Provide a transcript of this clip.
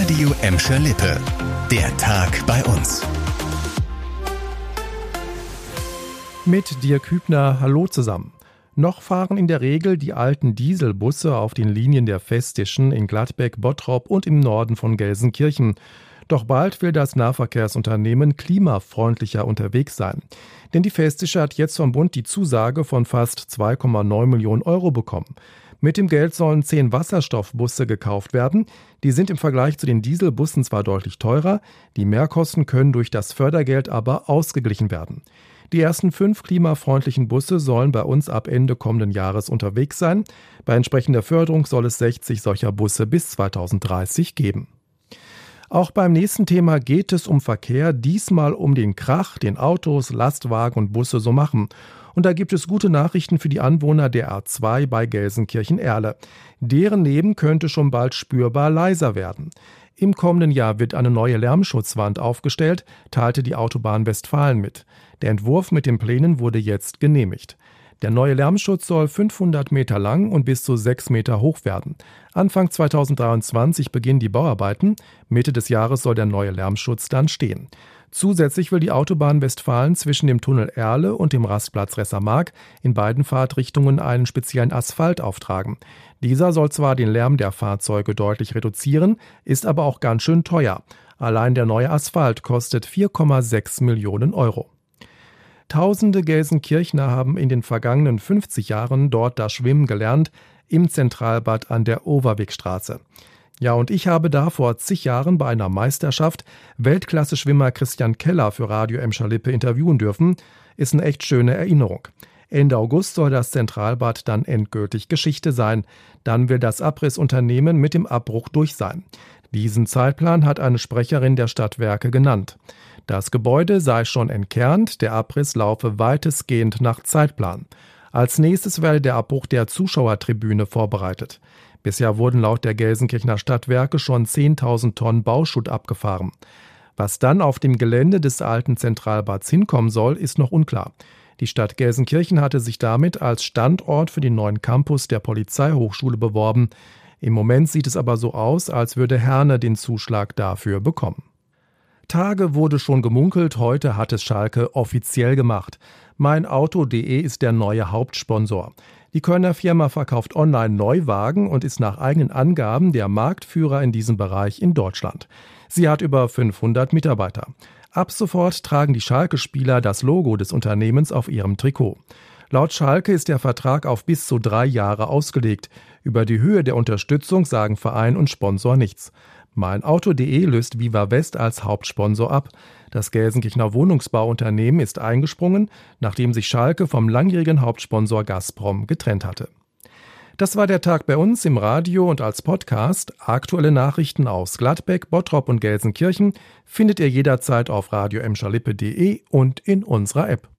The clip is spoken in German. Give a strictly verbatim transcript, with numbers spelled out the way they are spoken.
Radio Emscher Lippe. Der Tag bei uns. Mit Dirk Hübner, hallo zusammen. Noch fahren in der Regel die alten Dieselbusse auf den Linien der Festischen in Gladbeck, Bottrop und im Norden von Gelsenkirchen. Doch bald will das Nahverkehrsunternehmen klimafreundlicher unterwegs sein. Denn die Festische hat jetzt vom Bund die Zusage von fast zwei Komma neun Millionen Euro bekommen. Mit dem Geld sollen zehn Wasserstoffbusse gekauft werden. Die sind im Vergleich zu den Dieselbussen zwar deutlich teurer, die Mehrkosten können durch das Fördergeld aber ausgeglichen werden. Die ersten fünf klimafreundlichen Busse sollen bei uns ab Ende kommenden Jahres unterwegs sein. Bei entsprechender Förderung soll es sechzig solcher Busse bis zweitausenddreißig geben. Auch beim nächsten Thema geht es um Verkehr, diesmal um den Krach, den Autos, Lastwagen und Busse so machen. Und da gibt es gute Nachrichten für die Anwohner der A zwei bei Gelsenkirchen-Erle. Deren Leben könnte schon bald spürbar leiser werden. Im kommenden Jahr wird eine neue Lärmschutzwand aufgestellt, teilte die Autobahn Westfalen mit. Der Entwurf mit den Plänen wurde jetzt genehmigt. Der neue Lärmschutz soll fünfhundert Meter lang und bis zu sechs Meter hoch werden. Anfang zweitausenddreiundzwanzig beginnen die Bauarbeiten. Mitte des Jahres soll der neue Lärmschutz dann stehen. Zusätzlich will die Autobahn Westfalen zwischen dem Tunnel Erle und dem Rastplatz Ressermark in beiden Fahrtrichtungen einen speziellen Asphalt auftragen. Dieser soll zwar den Lärm der Fahrzeuge deutlich reduzieren, ist aber auch ganz schön teuer. Allein der neue Asphalt kostet vier Komma sechs Millionen Euro. Tausende Gelsenkirchner haben in den vergangenen fünfzig Jahren dort das Schwimmen gelernt, im Zentralbad an der Overwegstraße. Ja, und ich habe da vor zig Jahren bei einer Meisterschaft Weltklasse-Schwimmer Christian Keller für Radio Emscher Lippe interviewen dürfen. Ist eine echt schöne Erinnerung. Ende August soll das Zentralbad dann endgültig Geschichte sein. Dann will das Abrissunternehmen mit dem Abbruch durch sein. Diesen Zeitplan hat eine Sprecherin der Stadtwerke genannt. Das Gebäude sei schon entkernt, der Abriss laufe weitestgehend nach Zeitplan. Als nächstes werde der Abbruch der Zuschauertribüne vorbereitet. Bisher wurden laut der Gelsenkirchener Stadtwerke schon zehntausend Tonnen Bauschutt abgefahren. Was dann auf dem Gelände des alten Zentralbads hinkommen soll, ist noch unklar. Die Stadt Gelsenkirchen hatte sich damit als Standort für den neuen Campus der Polizeihochschule beworben. Im Moment sieht es aber so aus, als würde Herne den Zuschlag dafür bekommen. Tage wurde schon gemunkelt, heute hat es Schalke offiziell gemacht. Meinauto punkt de ist der neue Hauptsponsor. Die Kölner Firma verkauft online Neuwagen und ist nach eigenen Angaben der Marktführer in diesem Bereich in Deutschland. Sie hat über fünfhundert Mitarbeiter. Ab sofort tragen die Schalke-Spieler das Logo des Unternehmens auf ihrem Trikot. Laut Schalke ist der Vertrag auf bis zu drei Jahre ausgelegt. Über die Höhe der Unterstützung sagen Verein und Sponsor nichts. Meinauto punkt de löst Viva West als Hauptsponsor ab. Das Gelsenkirchener Wohnungsbauunternehmen ist eingesprungen, nachdem sich Schalke vom langjährigen Hauptsponsor Gazprom getrennt hatte. Das war der Tag bei uns im Radio und als Podcast. Aktuelle Nachrichten aus Gladbeck, Bottrop und Gelsenkirchen findet ihr jederzeit auf radio emscher lippe punkt de und in unserer App.